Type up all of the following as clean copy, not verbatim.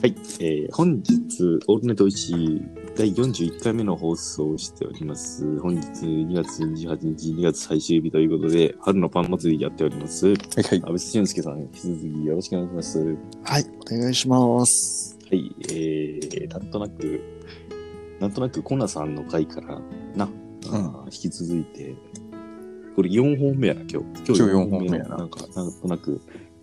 はい、本日、オールナイト1位第41回目の放送をしております。本日2月28日、2月最終日ということで、春のパン祭りやっております。はいはい。安倍俊介さん、引き続きよろしくお願いします。 はい、お願いします。 はい、なんとなくコナさんの回から引き続いて、これ4本目やな、今日4本目やな。なんとなく、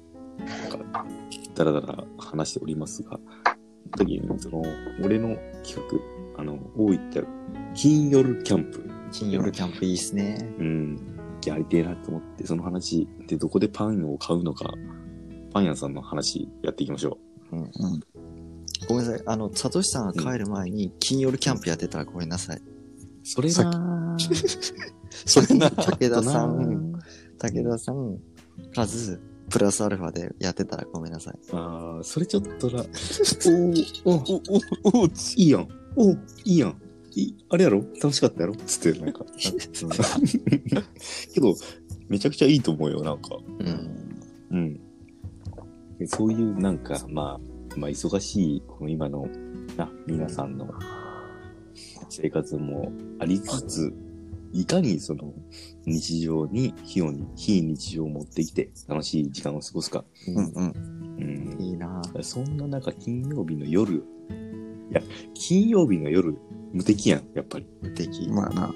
だらだら話しておりますが、時に俺の企画、大分、金夜キャンプ。 金夜キャンプいいっすね。 やりてえなと思って、その話でどこでパンを買うのか、パン屋さんの話やっていきましょう。 ごめんなさい。サトシさんが帰る前に金夜キャンプやってたらごめんなさい。 それなそれな武田さん、カズ、プラスアルファでやってたらごめんなさい。 それちょっとな。いいやん。いいやん。あれやろ楽しかったやろつって、なんか。けど、めちゃくちゃいいと思うよ、なんか。そういう、なんか、まあ、忙しい、この今の、皆さんの生活もありつつ、いかにその日常に非日常を持ってきて楽しい時間を過ごすか。 いいなぁ。 そんな中金曜日の夜、金曜日の夜無敵やん、やっぱり。 無敵。 まあな。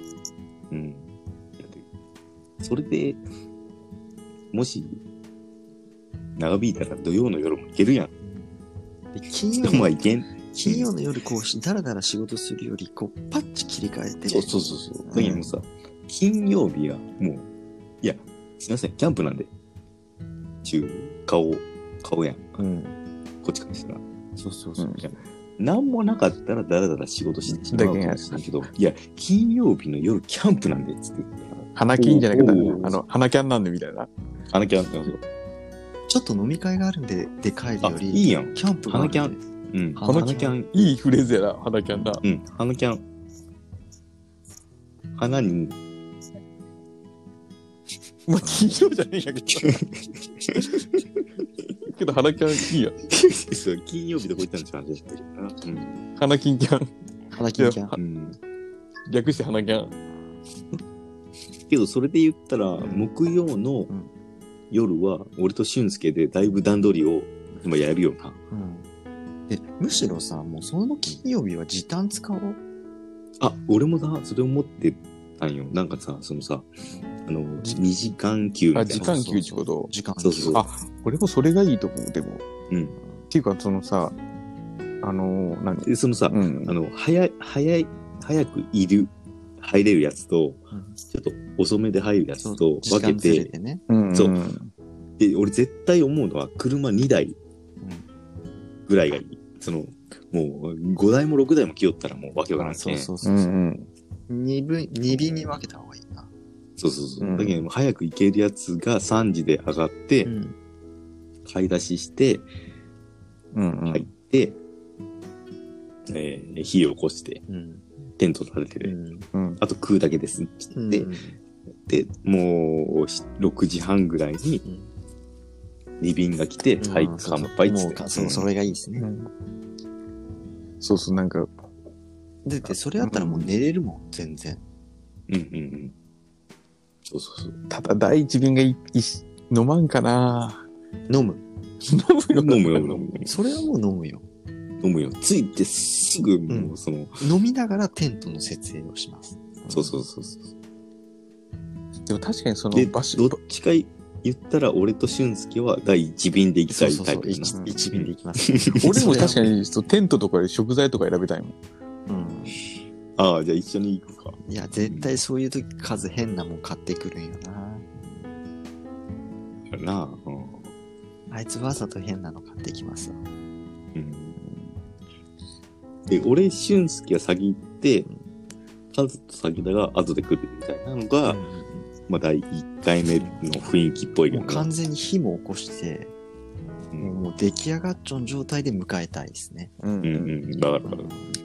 それで、もし、長引いたら土曜の夜もいけるやん。 金曜の夜だらだら仕事するより、パッチ切り替えて。 そう。だけどさ、金曜日はもう、すいません、キャンプなんで。顔やん。こっちからしたら。そう。なんもなかったらだらだら仕事してしまうかもしれないけど、金曜日の夜キャンプなんで、つって。 花金じゃなくて、花キャンなんでみたいな。 花キャンってちょっと飲み会があるんで帰るより。 いいやん。 キャンプがあるんで。 花キャン。花キャン。 いいフレーズやな、花キャンだ。 花キャン。花に。 まあ、金曜じゃねえんやけど。けど、花キャンいいや。 そう、金曜日どこ行ったんですか花金キャン。 花金キャン。 略して花キャン。 けど、それで言ったら、木曜の夜は、俺と俊介でだいぶ段取りを今やるよな。 むしろさ、もうその金曜日は時短使おう。 俺もそれ思ってたんよ。なんかさ、そのさ、2時間休みたいな。 時間休ってこと時間休。 そう。 俺もそれがいいと思う、でも。っていうか、そのさ、 そのさ、早く入れるやつと、ちょっと遅めで入るやつと分けて、そう。で、俺絶対思うのは、車2台ぐらいがいい。もう5台も6台も来よったらもうわけわからんけん。 そう。二便に分けた方がいいな。 そう。だけど、早く行けるやつが3時で上がって、買い出しして、入って、火を起こして、テント立てて、あと食うだけですって言って、で、もう6時半ぐらいに、2便が来て、乾杯っつって。 それがいいですね。 そう、なんか。 だってそれあったらもう寝れるもん、全然。 そう。 ただ第一便が飲まんかな。 飲む。 それはもう飲むよ。 着いてすぐ、もう飲みながらテントの設営をします。 そう。 でも確かにその場所。どっちか言ったら、俺と俊介は第一便で行きたいタイプ。 一便で行きます。 俺も確かにテントとかで食材とか選びたいもん。 じゃあ一緒に行くか。 いや、絶対そういう時数変なもん買ってくるんよな。あいつわざと変なの買ってきますわ。 俺、俊介は先行って、カズと先田が後で来るみたいなのが、第1回目の雰囲気っぽいけど、 もう完全に火も起こして、もう出来上がっちゃう状態で迎えたいですね。 だから。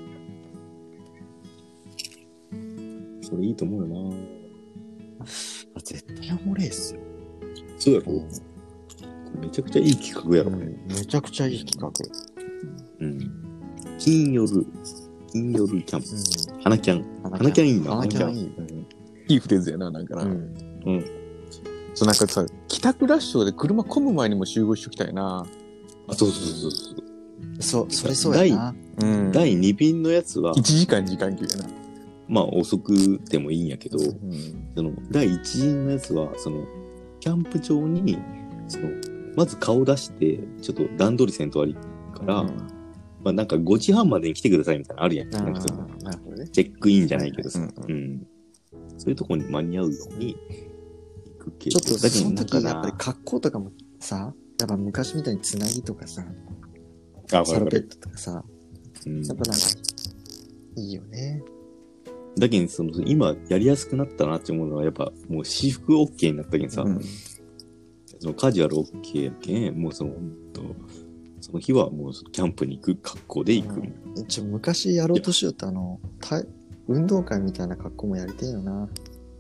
それいいと思うよな。 絶対おもれえっすよ。 そうやろ。めちゃくちゃいい企画やろ、 めちゃくちゃいい企画。 うん。金夜キャンプ。花キャンいいな。 花キャンいい。 いいフレーズやな、なんかな。うん。そうなんかさ、帰宅ラッシュで車混む前にも集合しときたいな。 あ、そう。 それそうやな。 第2便のやつは。 1時間時間給やな。 まあ遅くてもいいんやけど、その第1便のやつは、その、キャンプ場に、その、まず顔出して、ちょっと段取りせんと悪いから、まあなんか5時半までに来てくださいみたいなのあるやん。なんかその、なるほどね、チェックインじゃないけどさ、そういうとこに間に合うように行くけど。 ちょっとその時やっぱり格好とかもさ、やっぱ昔みたいにつなぎとかさ、サロペットとかさ、やっぱなんか、いいよね。 だけどその今やりやすくなったなって思うのはやっぱもう私服 OK になったけんさ、そのカジュアル OK やけん、もうそのその日はもうキャンプに行く格好で行く。 昔やろうとしようと運動会みたいな格好もやりてんよな。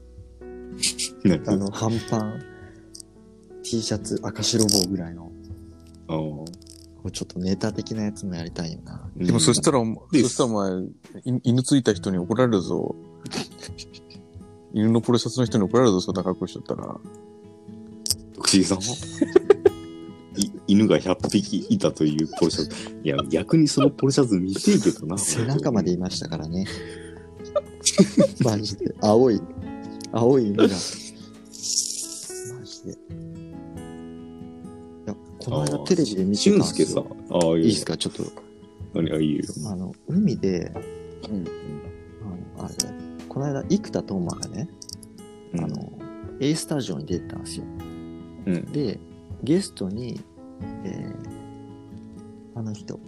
半パン、T シャツ、赤白帽ぐらいの。ちょっとネタ的なやつもやりたいよな。 でもそしたらお前、犬ついた人に怒られるぞ。犬のポロシャツの人に怒られるぞ、そんな格好しちゃったら。 徳重さん犬が100匹いたというポロシャツ。いや、逆にそのポロシャツ見ていけどな。 背中までいましたからね。マジで。青い犬が。マジで。この間テレビで見てたんですよ。いいですか、ちょっと。 何がいいよ。 海で、この間、生田斗真がね、A スタジオに出てたんですよ。で、ゲストに、あの人、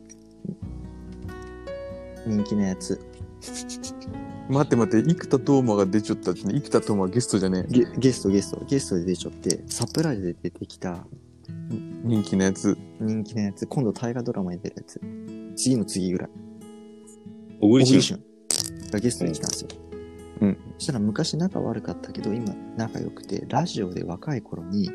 人気のやつ。 待って、生田斗真が出ちゃったってね。生田斗真ゲストじゃねえ。 ゲストで出ちゃって、サプライズで出てきた、 人気のやつ。 今度大河ドラマに出るやつ。次の次ぐらい。 小栗旬がゲストに来たんですよ。そしたら昔仲悪かったけど、今仲良くて、ラジオで若い頃に、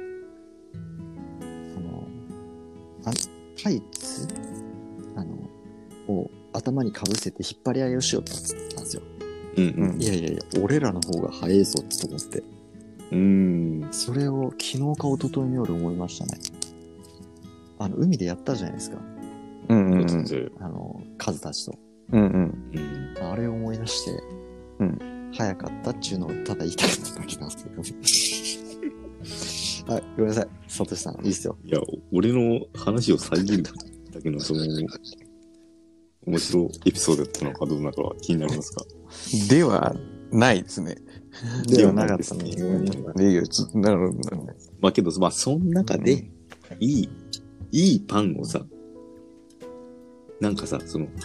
タイツを頭にかぶせて引っ張り合いをしようと思ったんですよ。いや、俺らの方が早いぞって思って。それを昨日か一昨日の夜思いましたね。海でやったじゃないですか。カズたちと。あれを思い出して、早かったっちゅうのをただ言いたかっただけなんですけど。ごめんなさい。サトシさん、いいっすよ。 いや、俺の話を遮るだけのその、面白いエピソードだったのかどうなのか気になりますか？ ではないですね。 ではなかったね。 なるほどね。 まあけど、まあその中で、いいパンをさ、なんかさ、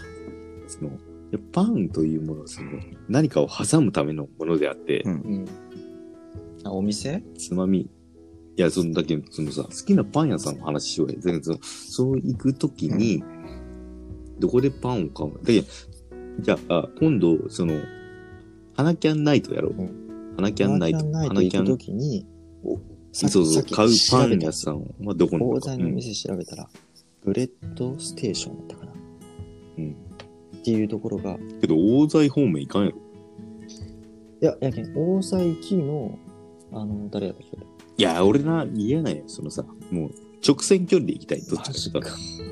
パンというものは何かを挟むためのものであって、 お店？ つまみ。いや、だけど、さ、好きなパン屋さんの話しようや。そう行くときに、どこでパンを買うの？だけど、じゃあ、今度、花キャンナイトやろう。花キャンナイト。 花キャン行くときに、 買うパン屋さんはどこなのか。 大材の店調べたら、ブレッドステーションだったかな。っていうところが。 けど、大材方面行かんやろ。 大材行きの、誰やったっけ？ いや、俺言えないよ。もう、直線距離で行きたい。どっちか。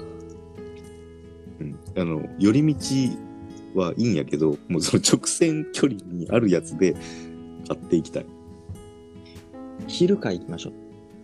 寄り道はいいんやけど、もうその直線距離にあるやつで買っていきたい。 昼から行きましょ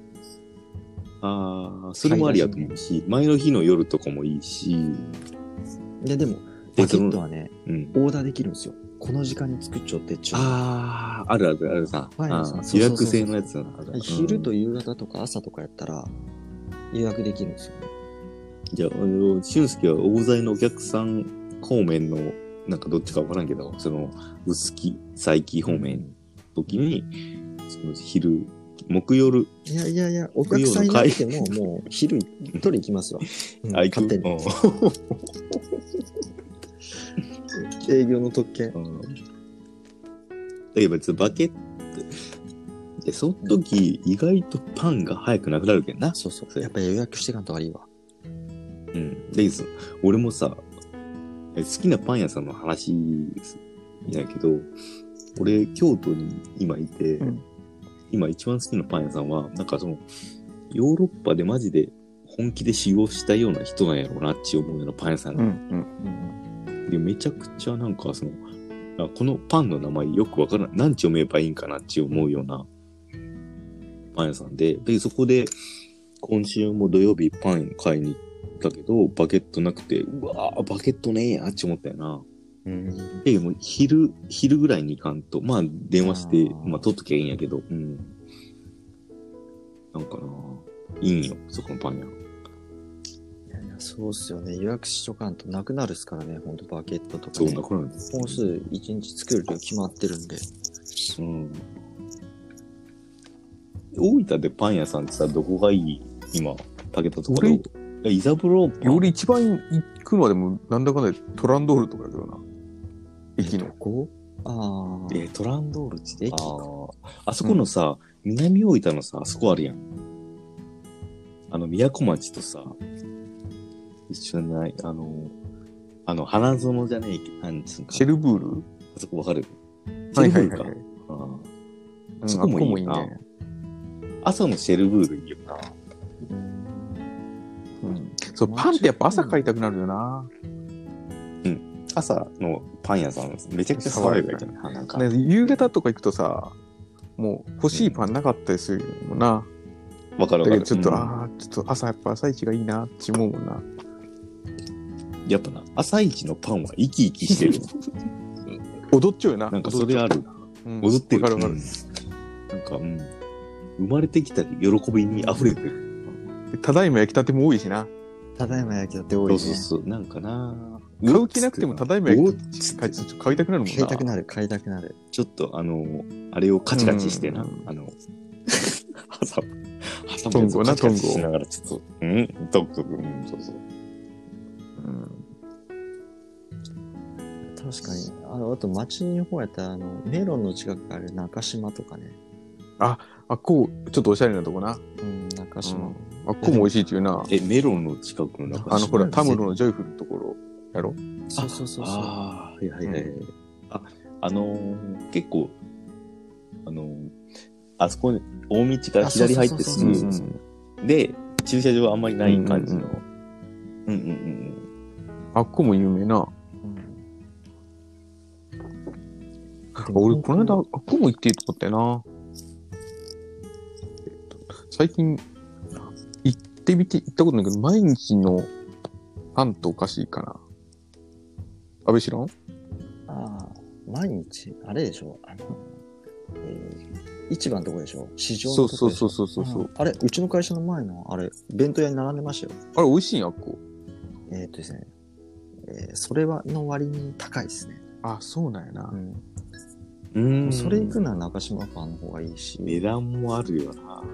う。それもありやと思うし、前の日の夜とかもいいし。いや、でも、バケットはね、オーダーできるんですよ。この時間に作っちゃってあるさ。予約制のやつだな。 昼と夕方とか朝とかやったら予約できるんですよね。 じゃあ、俊介は大材のお客さん方面の、なんかどっちかわからんけど、薄木、佐伯方面の時に、昼、木夜。 いや、お客さんいなくても、もう昼取り行きますわ。勝手に。営業の特権。 だけど別にバケット、で、その時、意外とパンが早くなくなるけんな。 そう。やっぱり予約してかんと悪いわ。 うん。で、俺もさ、好きなパン屋さんの話やけど、俺、京都に今いて、今一番好きなパン屋さんは、なんかヨーロッパでマジで本気で修行したような人なんやろうなって思うようなパン屋さん。で、めちゃくちゃなんかこのパンの名前よくわからない。何て読めばいいんかなって思うようなパン屋さんで、そこで今週も土曜日パン買いに行ったけど、バケットなくて、うわぁ、バケットねえやって思ったよな。で、もう昼ぐらいに行かんと、まあ電話して、まあ取っときゃいいんやけど、なんかな、いいんよ、そこのパン屋。 いや、そうっすよね。予約しとかんとなくなるっすからね、ほんとバケットとか、 ね。そう、なくなるんです。 本数1日作る量決まってるんで。 大分でパン屋さんってさ、どこがいい今、武田とかどう？イザブローパン。 俺一番行くのはでも、なんだかんだトランドールとかやけどな。駅の。 こトランドールって駅か。あそこのさ、南大分のさ、あそこあるやん。宮古町とさ、一緒じゃない、花園じゃねえ、なんつうか。 シェルブール？ あそこわかる？ はいはいはい。 あそこもいいな。朝のシェルブールいいよな。 そう、パンってやっぱ朝買いたくなるよな。 朝のパン屋さん、めちゃくちゃ爽やかじゃない？なんか。 夕方とか行くとさ、もう欲しいパンなかったりするもんな。 わかるわかる。 だけどちょっと、ちょっと朝やっぱ朝一がいいなって思うもんな。 やっぱな、朝一のパンは生き生きしてる。 踊っちゃうよな。 なんかそれある。踊ってる。 わかるわかる。 なんか、生まれてきた喜びに溢れてる。 ただいま焼きたても多いしな。 ただいま焼きたて多いね。 そう。なんかな、 買う気なくてもただいま焼きたて買いたくなるもんな。 買いたくなる。 ちょっとあれをカチカチしてな。 トンゴな、トンゴ。 しながらちょっと、トンゴ、そうそう。 確かに。あと町の方やったら、メロンの近くがある中島とかね。 こう、ちょっとおしゃれなとこな。 中島。 こうも美味しいっていうな。 メロンの近くの中島。 ほら、タムロのジョイフルのところ、やろ？ そう。 はいはいはい。結構、あそこに、大道から左入ってすぐ、で、駐車場はあんまりない感じの。 こも有名な。俺、この間、こも行っていいとこってな。最近、行ったことないけど、毎日のパンとお菓子かな。安倍知らん？ 毎日あれでしょ市場のとこでしょ市場のとこでしょ。 そう。 あれ、うちの会社の前の、あれ、弁当屋に並んでましたよ。 あれ、美味しいんやっこ。 ですね。それの割に高いですね。 そうなんやな。 それ行くなら中島パンの方がいいし。 値段もあるよな。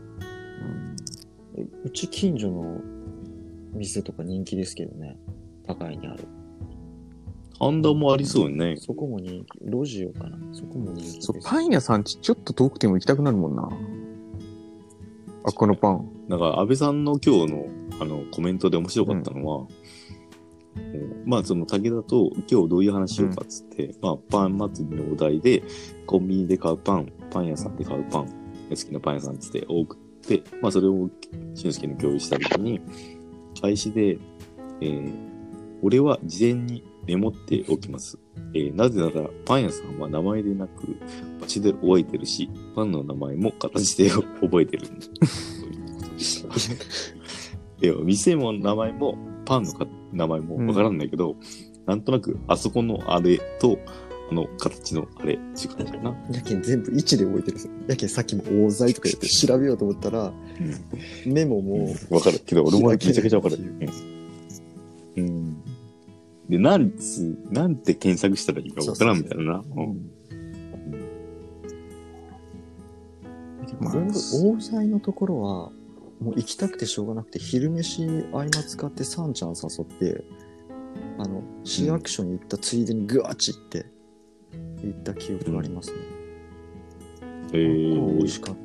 うち近所の店とか人気ですけどね。高いにある。 半田もありそうね。 そこも人気。路地かな。そこも人気です。 そう、パン屋さんちょっと遠くても行きたくなるもんな。このパン。 だから、安倍さんの今日の、コメントで面白かったのは、まあ、武田と今日どういう話しようかっつって、まあ、パン祭りのお題で、コンビニで買うパン、パン屋さんで買うパン、好きなパン屋さんっつって多くて、まあ、それを俊介に共有したときに、開始で、俺は事前にメモっておきます。なぜなら、パン屋さんは名前でなく、場所で覚えてるし、パンの名前も形で覚えてる。ということでした。店も名前も、パンの名前もわからんないけど、なんとなく、あそこのあれと、形のあれ、違う感じかな。 やけん全部位置で覚えてるんですよ。やけんさっきも大材とか言って調べようと思ったら、メモも。 わかるけど、俺もめちゃくちゃわかる。で、なんて検索したらいいかわからんみたいな。 大材のところは、もう行きたくてしょうがなくて、昼飯合間使ってサンちゃん誘って、市役所に行ったついでにグワッチって行った記憶がありますね。美味しかった。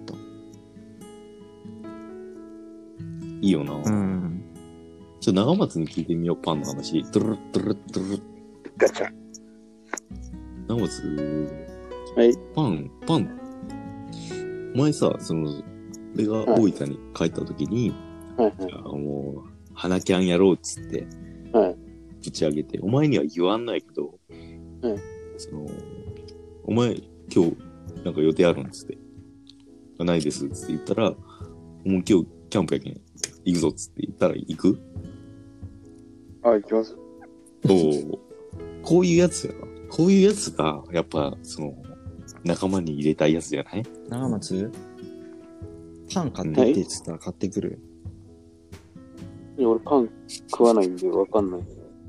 いいよな。 長松に聞いてみよう、パンの話。ドゥルルドゥルルドゥルル。 ガチャ。 長松、 はい。 パン、前さ、俺が大分に帰った時に、 はいもう、花キャンやろうっつって、 はい。 ぶち上げて、お前には言わんないけど、 はい。 お前、今日、なんか予定あるんつって、ないですっつって言ったら、もう今日、キャンプやけん、行くぞっつって言ったら行く？ 行きます。 こういうやつやな。こういうやつが、やっぱ、仲間に入れたいやつじゃない？ 長松パン買ってって言ってたら買ってくる？ いや、俺パン食わないんでわかんない。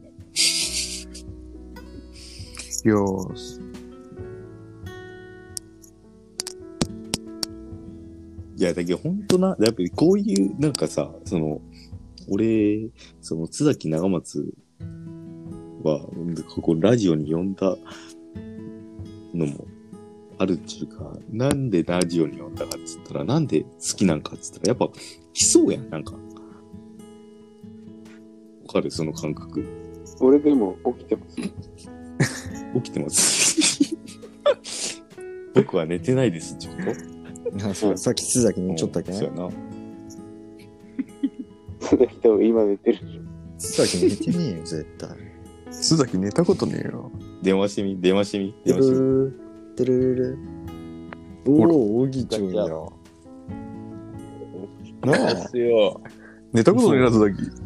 よーし。 いや、だけどほんとな、やっぱりこういう、なんかさ、俺、津崎長松は、ここラジオに呼んだのもあるっていうか、なんでラジオに呼んだかっつったら、なんで好きなんかっつったら、やっぱ来そうやん、なんか。わかるその感覚。 俺でも起きてます。 起きてます。僕は寝てないです、ちょっと。 さっき津崎に言っちゃったっけね。 そうやな。 津崎多分今寝てるでしょ。 津崎寝てねえよ、絶対。 須崎寝たことねえよ。 電話してみ。 てるる。おー、おぎちゃんや。なあ。 寝たことねえな、須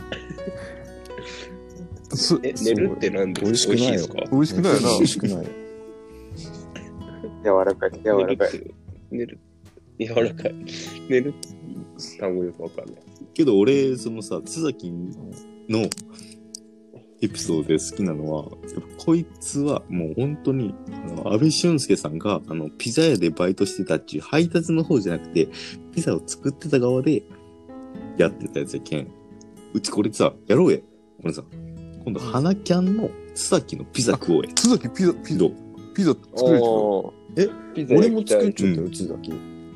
崎。 寝るってなんで美味しくないよ。 美味しくないよな。 美味しくないよ。 柔らかい。 寝る。柔らかい。寝る単語よくわかんない。 けど俺、津崎のエピソードで好きなのは、やっぱこいつはもう本当に、安倍俊介さんが、ピザ屋でバイトしてたっていう配達の方じゃなくて、ピザを作ってた側でやってたやつやけん。うちこれさ、やろうや。これさ、今度、花キャンの津崎のピザ食おうや。 津崎ピザ作れるえ、 ピザ俺も作っちゃったよ、津崎。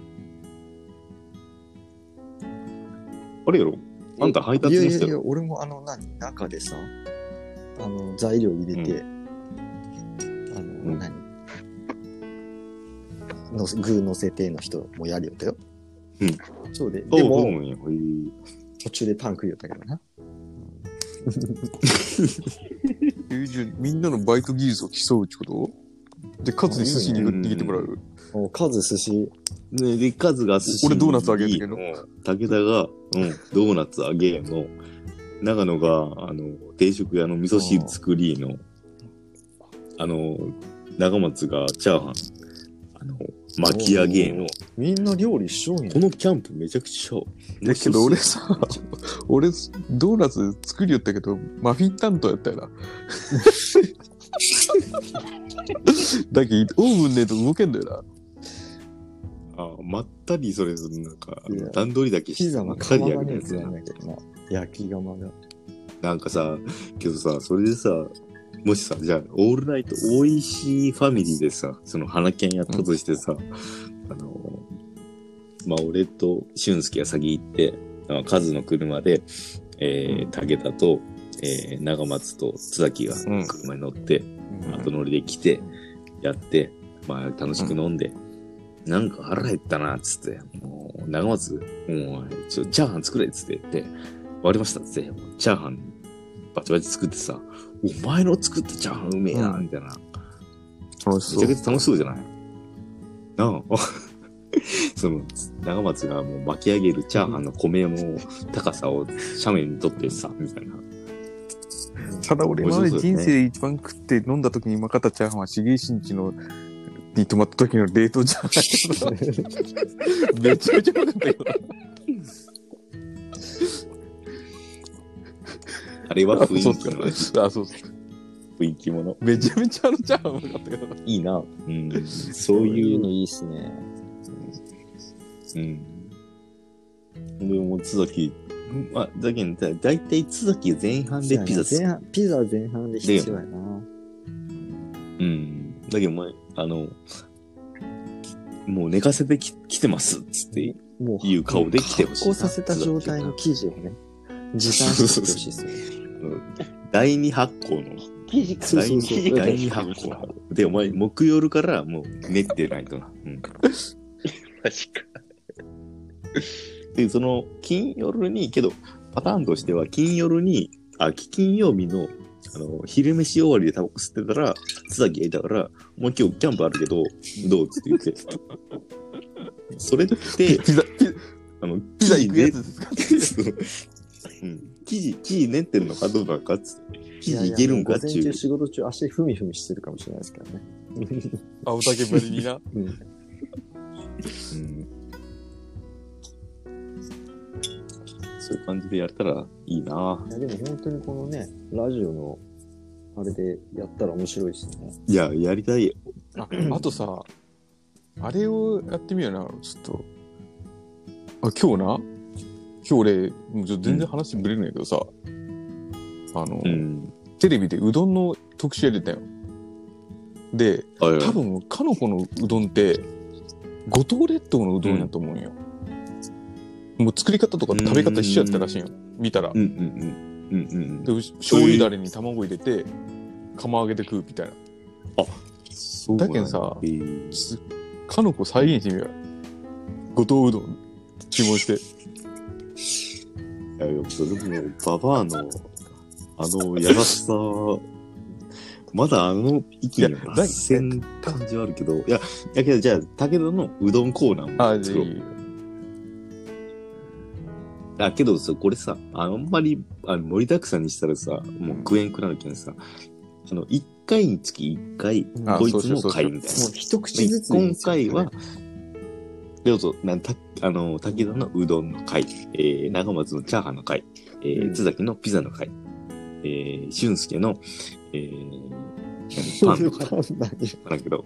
あれやろあんた配達の人やろ。 俺も中でさ、材料入れて、具乗せての人もやるよったよ。 うん。 そうで、でも、 そうや途中でパン食いよったけどな。 みんなのバイト技術を競うってことで、カズに寿司に握ってもらう。 カズ寿司。 ねで、カズが寿司。 俺ドーナツあげるけど。 武田が、ドーナツあげんの。長野が、定食屋の味噌汁作りの。長松がチャーハン。巻き上げの。 みんな料理しようよ。 このキャンプめちゃくちゃ。 だけど俺さ、ドーナツ作りよったけど、マフィン担当やったよな。だけど、オーブンねえと動けんだよな。 まったりそれぞれなんか、段取りだけして。ピザは窯がねえやんだけどな。焼き窯が。 なんかさ、けどさ、それでさ、もしさ、じゃあ、オールナイト、おいしいファミリーでさ、花犬やったとしてさ、俺と俊介が先行って、カズの車で、武田と、長松と津崎が車に乗って、後乗りで来て、やって、楽しく飲んで、なんか腹減ったな、つって、もう、長松、もう、チャーハン作れ、つって言って、終わりました、つって、チャーハン、バチバチ作ってさ、お前の作ったチャーハンうめえな、みたいな。めちゃくちゃ楽しそうじゃないなあ。長松がもう巻き上げるチャーハンの米も高さを斜面にとってさ、みたいな。 ただ俺まで人生で一番食って飲んだ時にうまかったチャーハンは、重新地のに泊まった時の冷凍チャーハン。めちゃめちゃうまかったよ。 あれは雰囲気の味。 そう雰囲気もの。 めちゃめちゃチャーハンうまかったけど。 いいな。そういうのいいっすね。 でも、津崎、だけど、だいたい津崎前半でピザピザ前半で必要やな。 だけど、もう寝かせてきてます、つっていう顔で来てほしい。 発酵させた状態の生地をね、 時短してほしいですよね。 第二発行の。第二発行。で、お前、木曜日からもう練ってないとな。うん。 マジか。 で、その、金夜に、けど、パターンとしては、金曜日の、昼飯終わりでタバコ吸ってたら、津崎がいたから、もう今日キャンプあるけど、どうって言って。それって、 ピザ行くやつですかうん。記事練ってるのかどうなのかっつって。記事いけるんかっちゅう。 午前中仕事中足ふみふみしてるかもしれないですからね。 青竹ぶりにな。 うん。 うん。そういう感じでやれたらいいな。 いや、でも本当にこのね、ラジオの、あれでやったら面白いですね。 いや、やりたいよ。 あとさ、あれをやってみような、ちょっと。今日俺、もうちょっと全然話ぶれるんやけどさ、テレビでうどんの特集やれたよ。で、多分、かのこのうどんって、五島列島のうどんやと思うんよ。もう作り方とか食べ方一緒やったらしいよ。見たら。で、醤油だれに卵入れて、釜揚げて食うみたいな。 そうだけどさ、かのこ再現してみよう。五島うどん注文して。 いや、それも、ババアの、優しさ、まだ息に達せん感じはあるけど、いやけど、じゃあ、武田のうどんコーナーも作ろう。けどさ、これさ、あんまり、盛りだくさんにしたらさ、もう食えんくなるけんさ、1回につき1回、こいつの回みたいな。 もう一口ずつ、 今回は、どうぞ、武田のうどんの回、長松のチャーハンの回、津崎のピザの回、俊介の、パンの回。だけど、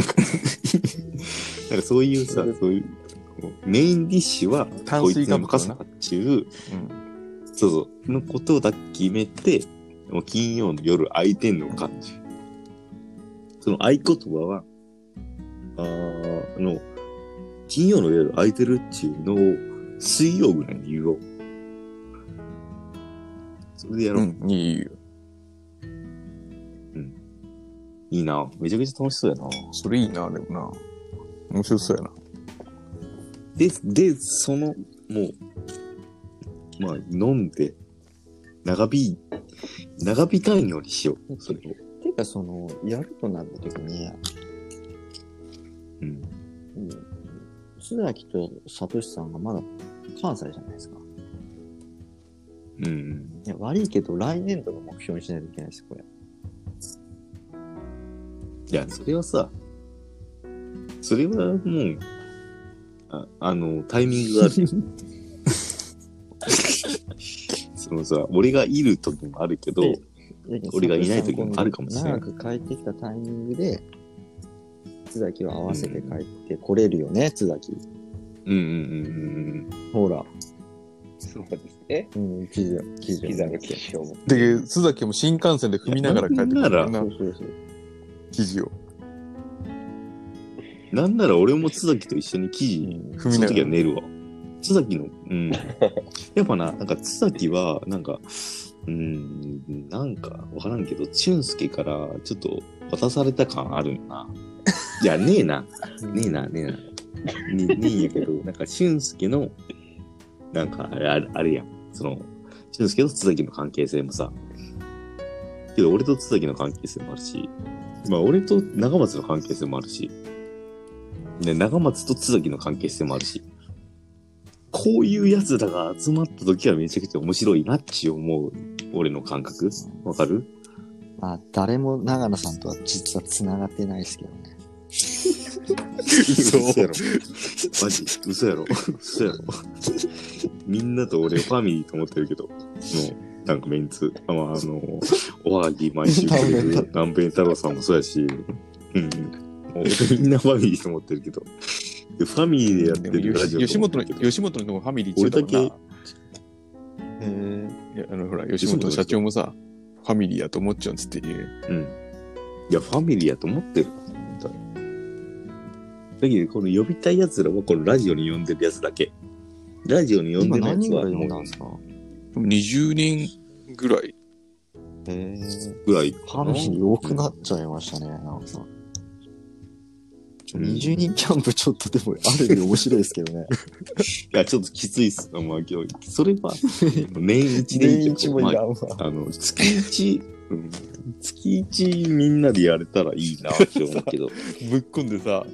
なんかそういうさ、そういう、メインディッシュは、こいつに任せたっちゅう、そうのことをだけ決めて、もう金曜の夜空いてんのかっていう。その合言葉は、金曜の夜空いてるっちゅうのを水曜ぐらいに言おう。それでやろう。 いいよ。 いいな。めちゃくちゃ楽しそうやな。 それいいな、でもな。面白そうやな。 で、その、もう、まあ、飲んで、長引かんようにしよう。それを。 てか、やるとなった時に、須崎とサトシさんがまだ関西じゃないですか。いや、悪いけど、来年度の目標にしないといけないですよ、これ。 いや、それはさ、それはもう、タイミングがある。そのさ、俺がいる時もあるけど、俺がいない時もあるかもしれない。 長く帰ってきたタイミングで、津崎は合わせて帰ってこれるよね、津崎。ほら。 そうですね。 記事の記事を。 で、津崎も新幹線で踏みながら帰ってくるからな。記事を。 なんなら俺も津崎と一緒に記事、その時は寝るわ。津崎の、やっぱなんか津崎は、なんかわからんけど、俊介からちょっと渡された感あるんな。いや、ねえな。ねえんやけど、なんか俊介の、なんかあれやん。俊介と津崎の関係性もさ、けど俺と津崎の関係性もあるし、まあ俺と長松の関係性もあるし、ね、長松と津崎の関係性もあるし、こういう奴らが集まった時はめちゃくちゃ面白いなって思う、俺の感覚。わかる？ まあ、誰も長野さんとは実は繋がってないですけどね。 嘘やろ。マジ、嘘やろ。みんなと俺ファミリーと思ってるけど、なんかメンツ、おはぎ毎週くれる南米太郎さんもそうやし、みんなファミリーと思ってるけど、ファミリーでやってるラジオ吉本のファミリー俺だけ、 いや、ほら、吉本の社長もさ、ファミリーやと思っちゃうんつって言う。 いや、ファミリーやと思ってる。だけど、この呼びたい奴らはこのラジオに呼んでるやつだけ。ラジオに呼んでるやつは今何人ぐらい呼んだんですか？ 20人ぐらい。 ぐらいかなり多くなっちゃいましたね、なんかさ。20人キャンプちょっとでもある意味面白いですけどね。 いや、ちょっときついっす。まあ、今日、それは、年一でいい年一もいらんわ。 月一、月一みんなでやれたらいいなって思うけど。 ぶっこんでさ、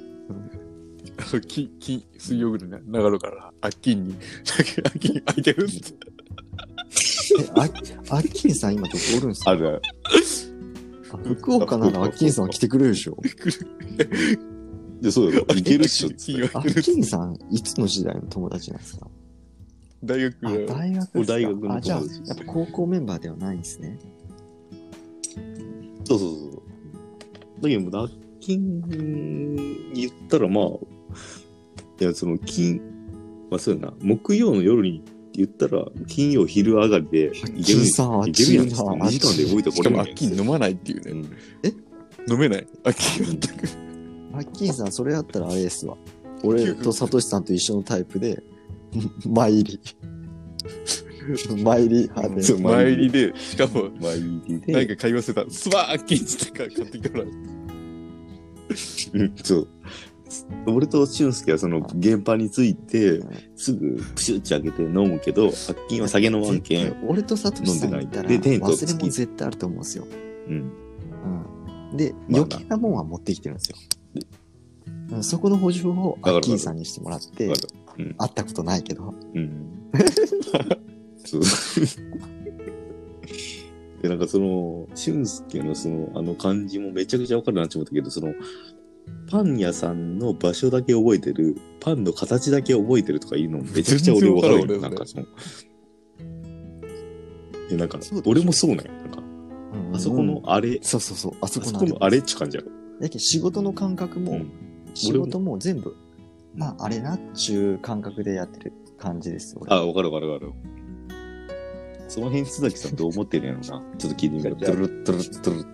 水曜日に流るから、アッキンに空いてるって。 アッキンさん今どこおるんすか？ ある。 福岡ならアッキンさん来てくれるでしょ。 いや、そうだよ。いけるっしょ。 アッキンさん、いつの時代の友達なんですか？ 大学大学ですか？ 大学の友達。 じゃあ、やっぱ高校メンバーではないんですね。 そう。だけど、アッキン言ったら、まあ、いや、まあそうやな、木曜の夜に言ったら、金曜昼上がりで、いけるやん。2時間で動いてこれしかもアッキン飲まないっていうね。飲めないアッキン全く。 アッキンさん、それやったらあれですわ。俺とサトシさんと一緒のタイプで、参り派で。 参りで、しかも、 参りで。 何か買い忘れた。スワーッキンって買ってきたら。 そう。俺と俊介はその原版について、すぐプシュッチ開けて飲むけど、アッキンは酒飲まんけん。 俺とサトシさん行ったら、忘れ物絶対あると思うんですよ。で、余計なもんは持ってきてるんですよ。そこの補充をアッキンさんにしてもらって、会ったことないけど。 そう。で、なんか俊介の感じもめちゃくちゃわかるなって思ったけど、パン屋さんの場所だけ覚えてる、パンの形だけ覚えてるとかいうのもめちゃくちゃ俺わかるよ。なんかなんか、俺もそうなんよ。なんか、あそこのあれ、 そう。あそこのあれっち感じやろ。 だけど仕事の感覚も、仕事も全部、まあ、あれなっちゅう感覚でやってる感じです。 あ、わかる。その辺、須崎さんどう思ってるんやろな。ちょっと聞いてみる。トゥルットゥルットゥルッ。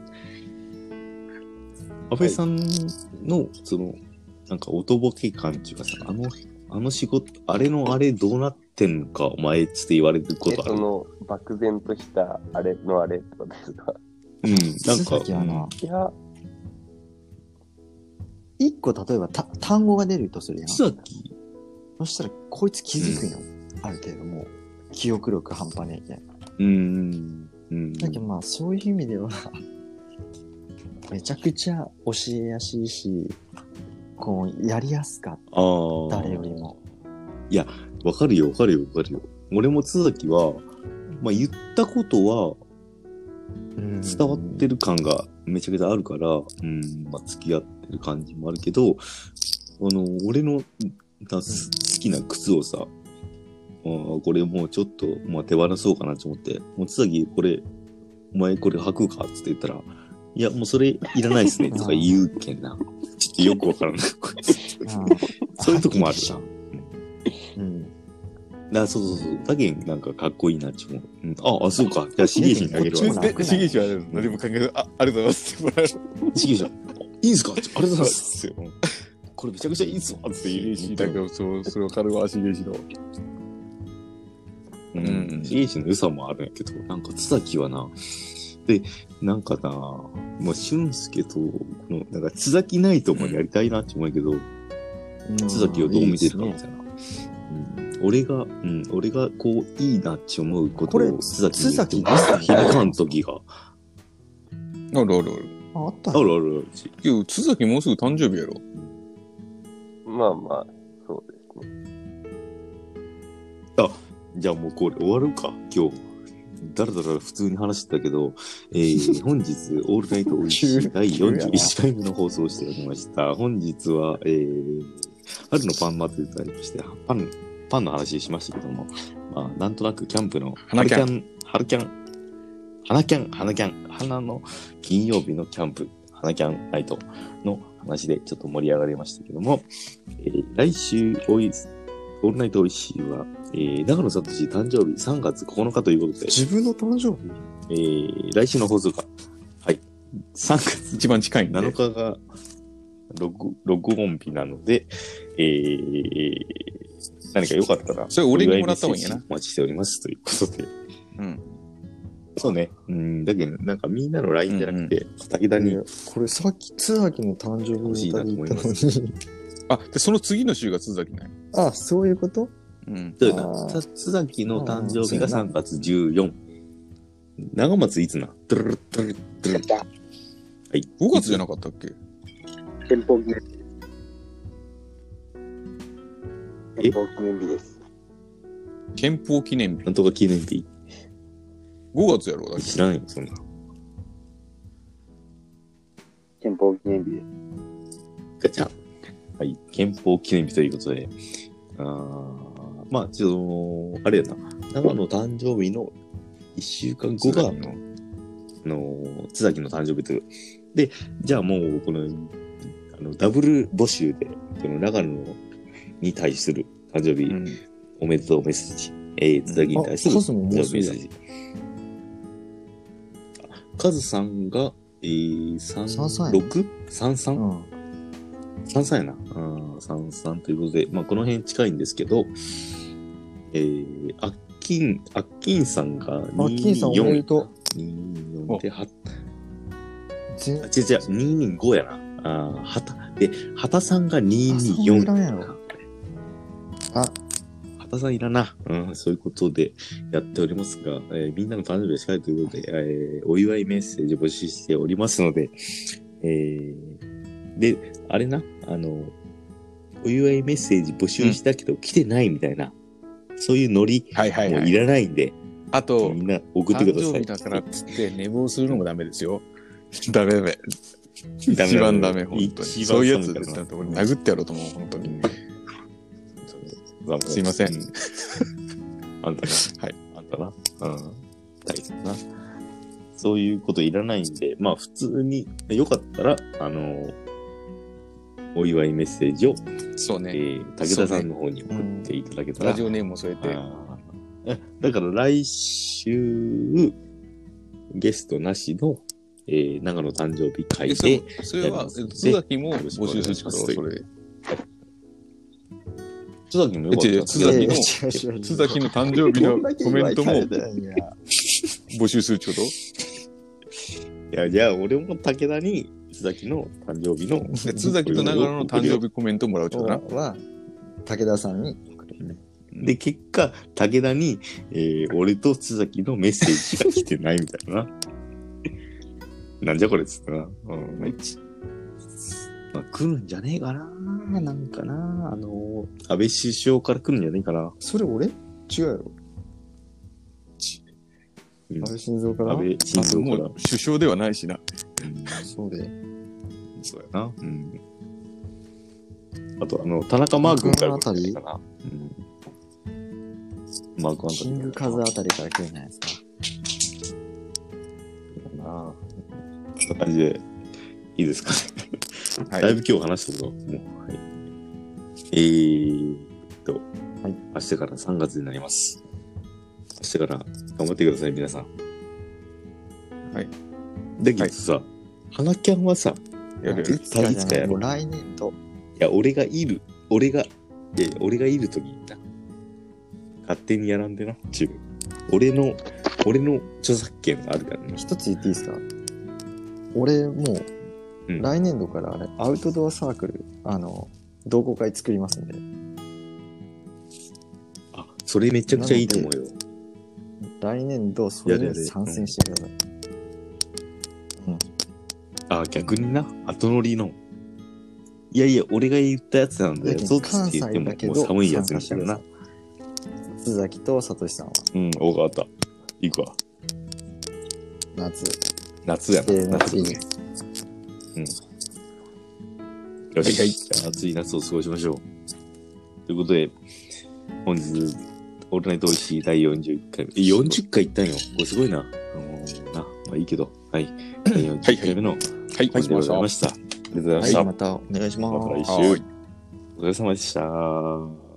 安倍さんの、なんか、おとぼけ感っていうかさ、あの仕事、あれのあれどうなってんのか、お前つって言われることある。 漠然としたあれのあれってことですか？ なんか、 いや、一個例えば単語が出るとするやん。そしたらこいつ気づくんよ。ある程度もう記憶力半端ねえけん。だけどまあそういう意味ではめちゃくちゃ教えやすいし、こうやりやすかった。誰よりも。 いや、わかるよ。俺も津崎は、まあ言ったことは伝わってる感がめちゃくちゃあるから、まあ付き合ってる感じもあるけど、俺の好きな靴をさ、これもうちょっと、まあ、手放そうかなと思って、もう津崎お前これ履くかって言ったら、いや、もうそれいらないっすねとか言うけんな。ちょっとよくわからない。そういうとこもあるな。そう。だけんなんかかっこいいなって思う。そうか。じゃあ、しげしにあげるわ。 しげしは何も考えず、ありがとうございますってもらえる。 しげしは、いいんすか？ありがとうございます。これめちゃくちゃいいっすわって言うし。だけど、それわかるわ、しげしの。 しげしの良さもあるんやけど、なんか津崎はな、で、なんかな、もう俊介と、なんか津崎ナイトもやりたいなって思うけど、津崎をどう見てるかみたいな。俺がこういいなって思うことを津崎に言っても響かん時が。 ある。 あったある。 いや、津崎もうすぐ誕生日やろ。 まあまあ、そうですね。 じゃあもうこれ終わるか、今日。だら普通に話してたけど、本日、オールナイトおいしい第41回目の放送をしておりました。本日は、春のパン祭りとありまして、パンの話しましたけども、まあ、なんとなくキャンプの、花の金曜日のキャンプ、花キャンナイトの話でちょっと盛り上がりましたけども、来週オールナイトおいしいは、長野聡誕生日3月9日ということで。 自分の誕生日来週の放送が、はい。3月一番近いんで。 7日が録音日なので、何か良かったら、 それ俺にもらった方がいいやな。 お待ちしておりますということで。 うん。 そうね。だけど、なんかみんなの LINE じゃなくて、武田に。 これさっき、津崎の誕生日欲しいなと思います。 で、その次の週が津崎ね。 あ、そういうこと？ うん。そうだな。津崎の誕生日が3月14。長松いつな？ドゥルルドゥルドゥル。はい。 5月じゃなかったっけ？ 憲法記念日。憲法記念日です。 憲法記念日。 なんとか記念日。 5月やろ？だ知らないよ、そんな。 憲法記念日です。 ガチャ。はい。憲法記念日ということで。まあ、あれやな。長野誕生日の1週間後が、津崎の誕生日という。で、じゃあもう、この、ダブル募集で、この長野に対する誕生日、おめでとうメッセージ。津崎に対する誕生日メッセージ。カズさんが、36?33? 33やな。33ということで、まあ、この辺近いんですけど、アッキンさんがアッキンさんおめでとう。 24で、225やな。畑さんが224。畑さんいらな。そういうことでやっておりますが、みんなの誕生日が近いということで、お祝いメッセージを募集しておりますので、で、あれな、お祝いメッセージ募集したけど来てないみたいな、そういうノリ、もういらないんで、 あと、 みんな送ってください。 誕生日だからっつって寝坊するのもダメですよ。ダメ。一番ダメ、本当に。そういうやつだと俺殴ってやろうと思う、本当に。すいません。 あんたな。 はい。 あんたな。大切な。そういうこといらないんで、まあ普通によかったら、お祝いメッセージを、 そうね。 武田さんの方に送っていただけたら。 ラジオネームも添えて。 だから来週、ゲストなしの、長野誕生日会で。 それは、津崎も募集するから、それ。 津崎もよかった。 津崎の誕生日のコメントも募集するってこと？ いや、じゃあ俺も武田に津崎の誕生日の。 津崎と長野の誕生日コメントもらうってことな。 は、武田さんに送るね。 で、結果、武田に、俺と津崎のメッセージが来てないみたいな。なんじゃこれっつったな。まあ、来るんじゃねえかな。なんかな。安倍首相から来るんじゃねえかな。 それ俺？違うよ。安倍晋三から？ 安倍晋三から。 首相ではないしな。 そうで。 そうやな。あと、田中マー君から来るんじゃないかな。マークあたり。 キングカズあたりから来るんじゃないですか。 こんな感じで、いいですかね。はい、だいぶ今日話したこと、もう、はい。はい、明日から3月になります。明日から頑張ってください、皆さん。 はい。 だけどさ、花キャンはさ、いつかやろう。 来年度。 いや、俺がいる時にな。勝手にやらんでな、チーム。俺の著作権があるからね。 一つ言っていいですか？俺もう、来年度からアウトドアサークル、同好会作りますんで。 あ、それめちゃくちゃいいと思うよ。 来年度、それで参戦してください。 あ、逆にな、後乗りの。いやいや、俺が言ったやつなんで、そっちって言っても、もう寒いやつにしたらな。 津崎とサトシさんは。 わかった。行くわ。夏やな。夏いいね。よし。じゃあ、暑い夏を過ごしましょう。ということで、本日、オールナイトおいしい第41回目。40回行ったんよ。これすごいな。まあいいけど。はい。第41回目の、はい、でございました。ありがとうございました。 またお願いします。 また来週。お疲れ様でした。